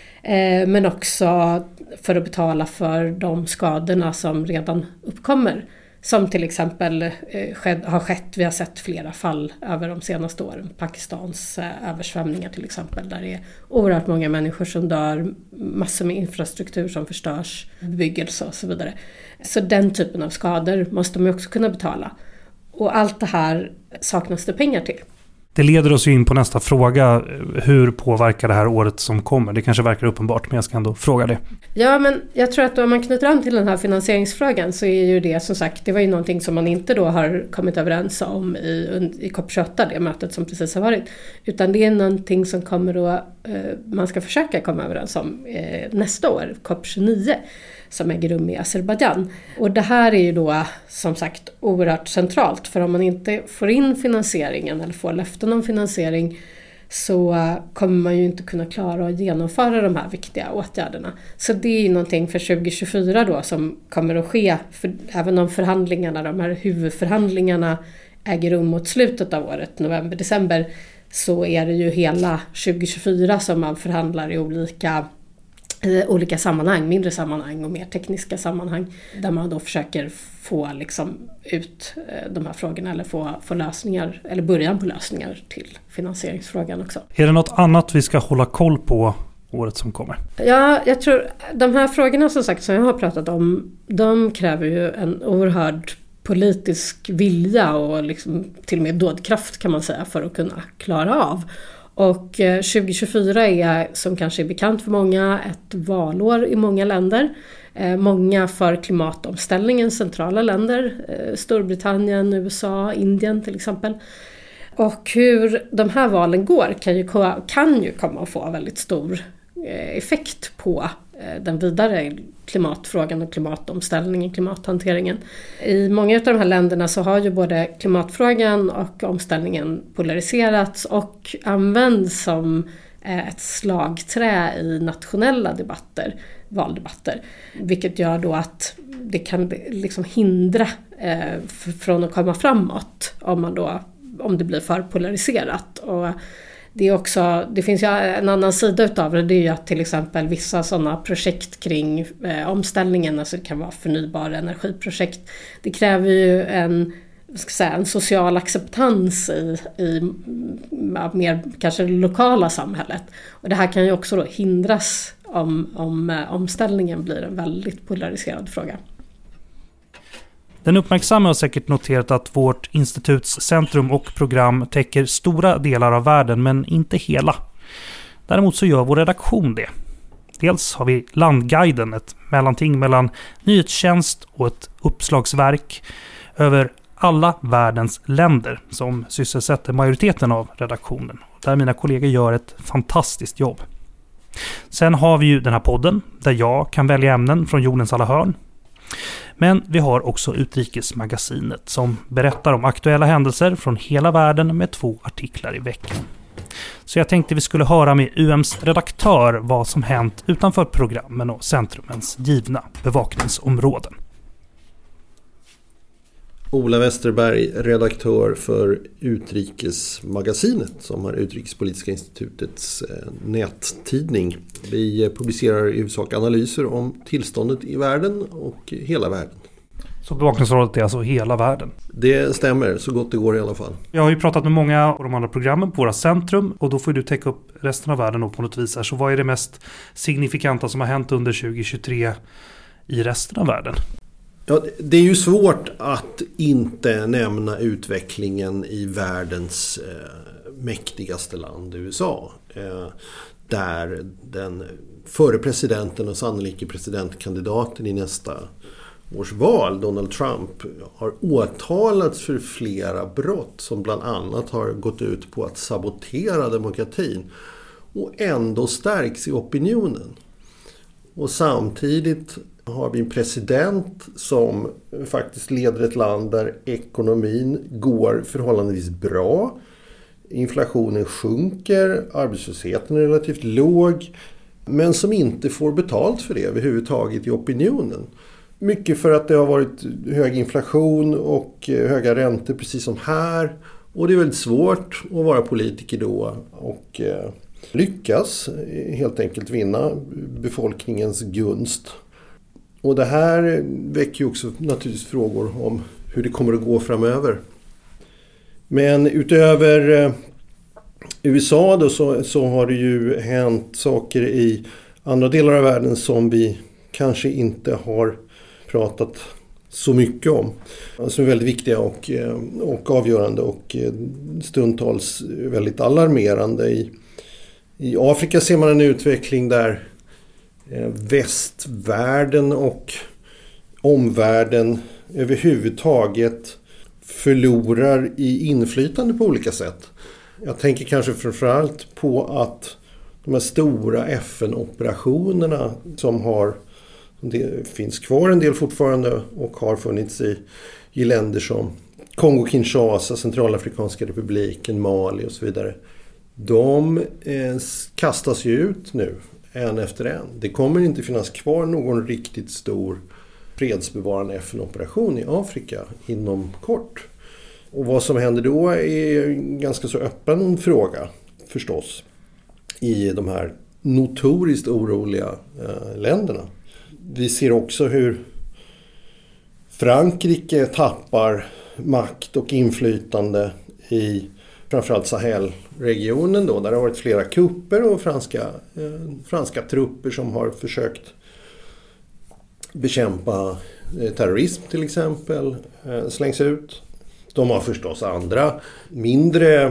Men också för att betala för de skadorna som redan uppkommer. Som till exempel har skett, vi har sett flera fall över de senaste åren. Pakistans översvämningar till exempel, där det är oerhört många människor som dör, massor med infrastruktur som förstörs, bebyggelse och så vidare. Så den typen av skador måste man också kunna betala. Och allt det här saknas det pengar till. Det leder oss ju in på nästa fråga. Hur påverkar det här året som kommer? Det kanske verkar uppenbart, men jag ska ändå fråga det. Ja, men jag tror att om man knyter an till den här finansieringsfrågan så är ju det som sagt, det var ju någonting som man inte då har kommit överens om i COP28, det mötet som precis har varit. Utan det är någonting som kommer då, man ska försöka komma överens om nästa år, COP29. Som äger rum i Azerbaijan. Och det här är ju då som sagt oerhört centralt, för om man inte får in finansieringen eller får löften om finansiering så kommer man ju inte kunna klara att genomföra de här viktiga åtgärderna. Så det är ju någonting för 2024 då som kommer att ske, för även om förhandlingarna, de här huvudförhandlingarna äger rum mot slutet av året, november-december, så är det ju hela 2024 som man förhandlar i olika sammanhang, mindre sammanhang och mer tekniska sammanhang, där man då försöker få liksom ut de här frågorna eller få lösningar, eller början på lösningar till finansieringsfrågan också. Är det något annat vi ska hålla koll på året som kommer? Ja, jag tror de här frågorna som sagt som jag har pratat om, de kräver ju en oerhörd politisk vilja och liksom till och med dådkraft kan man säga för att kunna klara av. Och 2024 är, som kanske är bekant för många, ett valår i många länder. Många för klimatomställningen centrala länder, Storbritannien, USA, Indien till exempel. Och hur de här valen går kan ju komma att få väldigt stor effekt på den vidare klimatfrågan och klimatomställningen, klimathanteringen. I många av de här länderna så har ju både klimatfrågan och omställningen polariserats och används som ett slagträ i nationella debatter, valdebatter. Vilket gör då att det kan liksom hindra från att komma framåt om det blir för polariserat. Och det finns ju en annan sida utav det, det är ju att till exempel vissa sådana projekt kring omställningen, alltså det kan vara förnybara energiprojekt, det kräver ju en social acceptans i mer kanske det lokala samhället. Och det här kan ju också då hindras om omställningen blir en väldigt polariserad fråga. Den uppmärksamma har säkert noterat att vårt instituts centrum och program täcker stora delar av världen men inte hela. Däremot så gör vår redaktion det. Dels har vi Landguiden, ett mellanting mellan nyhetstjänst och ett uppslagsverk över alla världens länder som sysselsätter majoriteten av redaktionen. Där mina kollegor gör ett fantastiskt jobb. Sen har vi ju den här podden där jag kan välja ämnen från jordens alla hörn. Men vi har också Utrikesmagasinet som berättar om aktuella händelser från hela världen med 2 artiklar i veckan. Så jag tänkte vi skulle höra med UMs redaktör vad som hänt utanför programmen och centrumens givna bevakningsområden. Ola Westerberg, redaktör för Utrikesmagasinet som är Utrikespolitiska institutets nättidning. Vi publicerar i huvudsak analyser om tillståndet i världen och hela världen. Så bevakningsområdet är alltså hela världen? Det stämmer, så gott det går i alla fall. Jag har ju pratat med många av de andra programmen på våra centrum och då får du täcka upp resten av världen på något vis här. Så vad är det mest signifikanta som har hänt under 2023 i resten av världen? Ja, det är ju svårt att inte nämna utvecklingen i världens mäktigaste land, USA. Där den förre presidenten och sannolika presidentkandidaten i nästa års val, Donald Trump, har åtalats för flera brott som bland annat har gått ut på att sabotera demokratin och ändå stärks i opinionen. Och samtidigt har vi en president som faktiskt leder ett land där ekonomin går förhållandevis bra. Inflationen sjunker, arbetslösheten är relativt låg, men som inte får betalt för det överhuvudtaget i opinionen. Mycket för att det har varit hög inflation och höga räntor precis som här. Och det är väldigt svårt att vara politiker då och lyckas helt enkelt vinna befolkningens gunst. Och det här väcker ju också naturligtvis frågor om hur det kommer att gå framöver. Men utöver USA då så har det ju hänt saker i andra delar av världen som vi kanske inte har pratat så mycket om. Som är väldigt viktiga och avgörande och stundtals väldigt alarmerande. I Afrika ser man en utveckling där västvärlden och omvärlden överhuvudtaget förlorar i inflytande på olika sätt. Jag tänker kanske framförallt på att de här stora FN-operationerna det finns kvar en del fortfarande och har funnits i länder som Kongo-Kinshasa, Centralafrikanska republiken, Mali och så vidare. de kastas ju ut nu en efter en. Det kommer inte finnas kvar någon riktigt stor fredsbevarande FN-operation i Afrika inom kort. Och vad som händer då är en ganska så öppen fråga förstås i de här notoriskt oroliga länderna. Vi ser också hur Frankrike tappar makt och inflytande i framförallt Sahel-regionen då, där det har varit flera kupper och franska trupper som har försökt bekämpa terrorism till exempel, slängs ut. De har förstås andra mindre,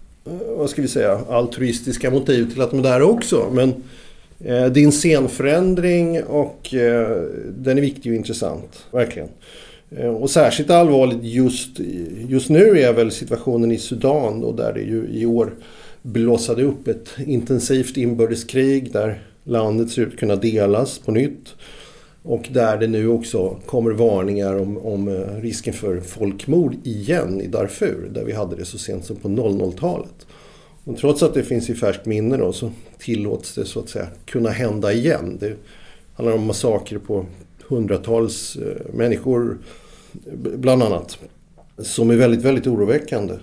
altruistiska motiv till att de är där också, men det är en scenförändring och den är viktig och intressant, verkligen. Och särskilt allvarligt just nu är väl situationen i Sudan då, där det ju i år blossade upp ett intensivt inbördeskrig där landet ser ut att kunna delas på nytt och där det nu också kommer varningar om risken för folkmord igen i Darfur, där vi hade det så sent som på 00-talet. Och trots att det finns i färskt minne då, så tillåts det så att säga kunna hända igen. Det handlar om massakrer på hundratals människor bland annat, som är väldigt, väldigt oroväckande.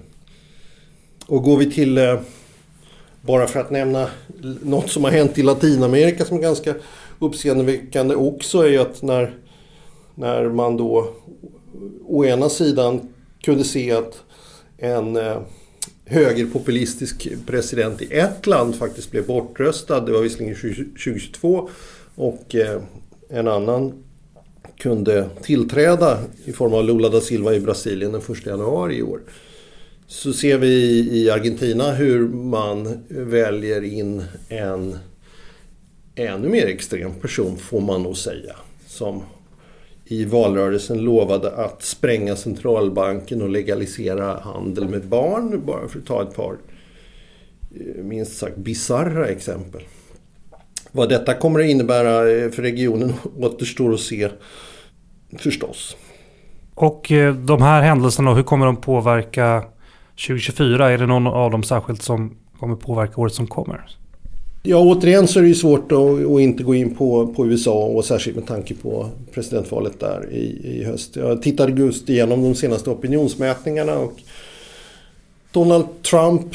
Och går vi till, bara för att nämna något som har hänt i Latinamerika som är ganska uppseendeväckande också, är att när man då å ena sidan kunde se att en högerpopulistisk president i ett land faktiskt blev bortröstad, det var visserligen 2022, och en annan kunde tillträda i form av Lula da Silva i Brasilien den 1 januari i år. Så ser vi i Argentina hur man väljer in en ännu mer extrem person, får man nog säga, som i valrörelsen lovade att spränga centralbanken och legalisera handel med barn, bara för att ta ett par minst sagt bizarra exempel. Vad detta kommer att innebära för regionen återstår att se förstås. Och de här händelserna, hur kommer de påverka 2024? Är det någon av dem särskilt som kommer påverka året som kommer? Ja, återigen så är det ju svårt att inte gå in på USA, och särskilt med tanke på presidentvalet där i höst. Jag tittade just igenom de senaste opinionsmätningarna och Donald Trump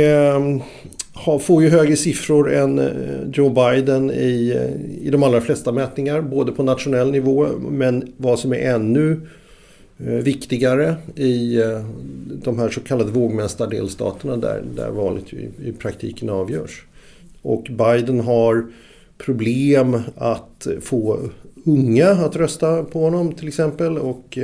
får ju högre siffror än Joe Biden i de allra flesta mätningar, både på nationell nivå, men vad som är ännu viktigare i de här så kallade vågmästardelstaterna där valet i praktiken avgörs. Och Biden har problem att få unga att rösta på honom till exempel, och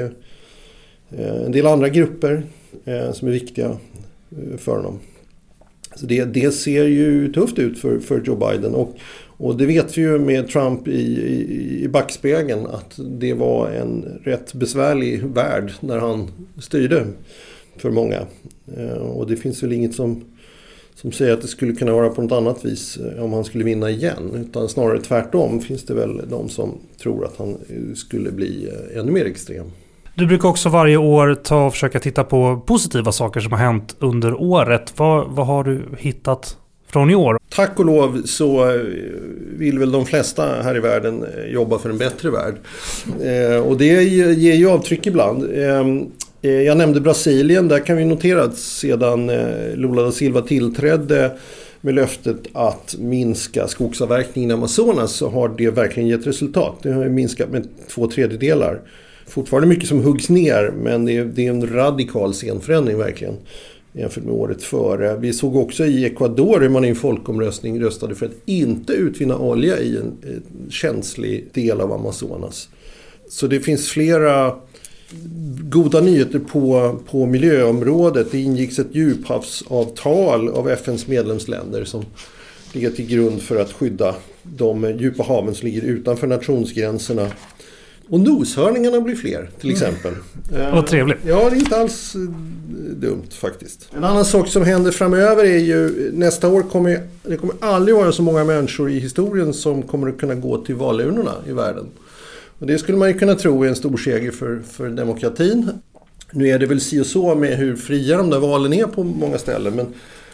en del andra grupper som är viktiga för honom. Så det ser ju tufft ut för Joe Biden, och det vet vi ju med Trump i backspegeln att det var en rätt besvärlig värld när han styrde för många. Och det finns väl inget som säger att det skulle kunna vara på något annat vis om han skulle vinna igen, utan snarare tvärtom finns det väl de som tror att han skulle bli ännu mer extrem. Du brukar också varje år ta och försöka titta på positiva saker som har hänt under året. Vad har du hittat från i år? Tack och lov så vill väl de flesta här i världen jobba för en bättre värld. Och det ger ju avtryck ibland. Jag nämnde Brasilien, där kan vi notera att sedan Lula da Silva tillträdde med löftet att minska skogsavverkningen i Amazonas, så har det verkligen gett resultat. Det har minskat med 2/3. Fortfarande mycket som huggs ner, men det är en radikal scenförändring verkligen jämfört med året före. Vi såg också i Ecuador hur man i en folkomröstning röstade för att inte utvinna olja i en känslig del av Amazonas. Så det finns flera goda nyheter på miljöområdet. Det ingicks ett djuphavsavtal av FNs medlemsländer som ligger till grund för att skydda de djupa haven som ligger utanför nationsgränserna. Och noshörningarna blir fler till exempel. Vad trevligt. Ja, det är inte alls dumt faktiskt. En annan sak som händer framöver är ju nästa år kommer aldrig vara så många människor i historien som kommer att kunna gå till valurnorna i världen. Och det skulle man ju kunna tro är en stor seger för demokratin. Nu är det väl si och så med hur fria de där valen är på många ställen, men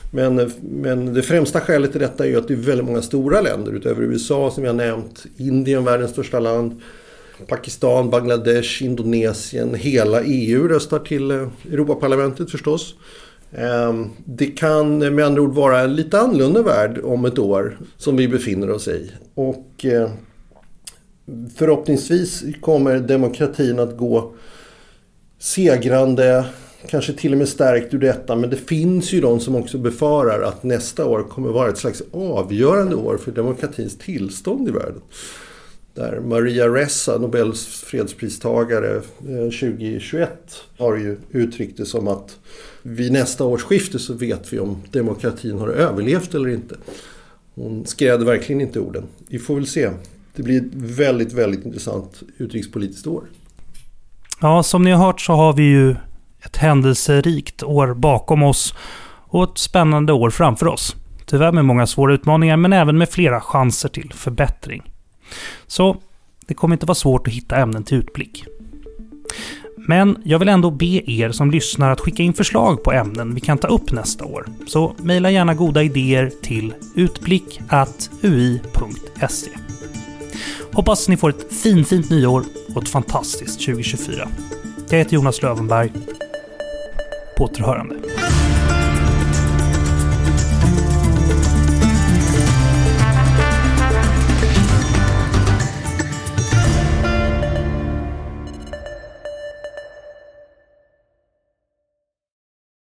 Men det främsta skälet till detta är ju att det är väldigt många stora länder utöver USA som jag nämnt. Indien, världens största land. Pakistan, Bangladesh, Indonesien, hela EU röstar till Europaparlamentet förstås. Det kan med andra ord vara en lite annorlunda värld om ett år som vi befinner oss i. Och förhoppningsvis kommer demokratin att gå segrande, kanske till och med stärkt ur detta. Men det finns ju de som också befarar att nästa år kommer vara ett slags avgörande år för demokratins tillstånd i världen. Där Maria Ressa, Nobels fredspristagare 2021, har ju uttryckt det som att vid nästa årsskifte så vet vi om demokratin har överlevt eller inte. Hon skrädde verkligen inte orden. Vi får väl se. Det blir ett väldigt, väldigt intressant utrikespolitiskt år. Ja, som ni har hört så har vi ju ett händelserikt år bakom oss och ett spännande år framför oss. Tyvärr med många svåra utmaningar men även med flera chanser till förbättring. Så det kommer inte vara svårt att hitta ämnen till utblick. Men jag vill ändå be er som lyssnar att skicka in förslag på ämnen vi kan ta upp nästa år. Så mejla gärna goda idéer till utblick@ui.se. Hoppas ni får ett fint nyår och ett fantastiskt 2024. Jag heter Jonas Lövenberg. På återhörande.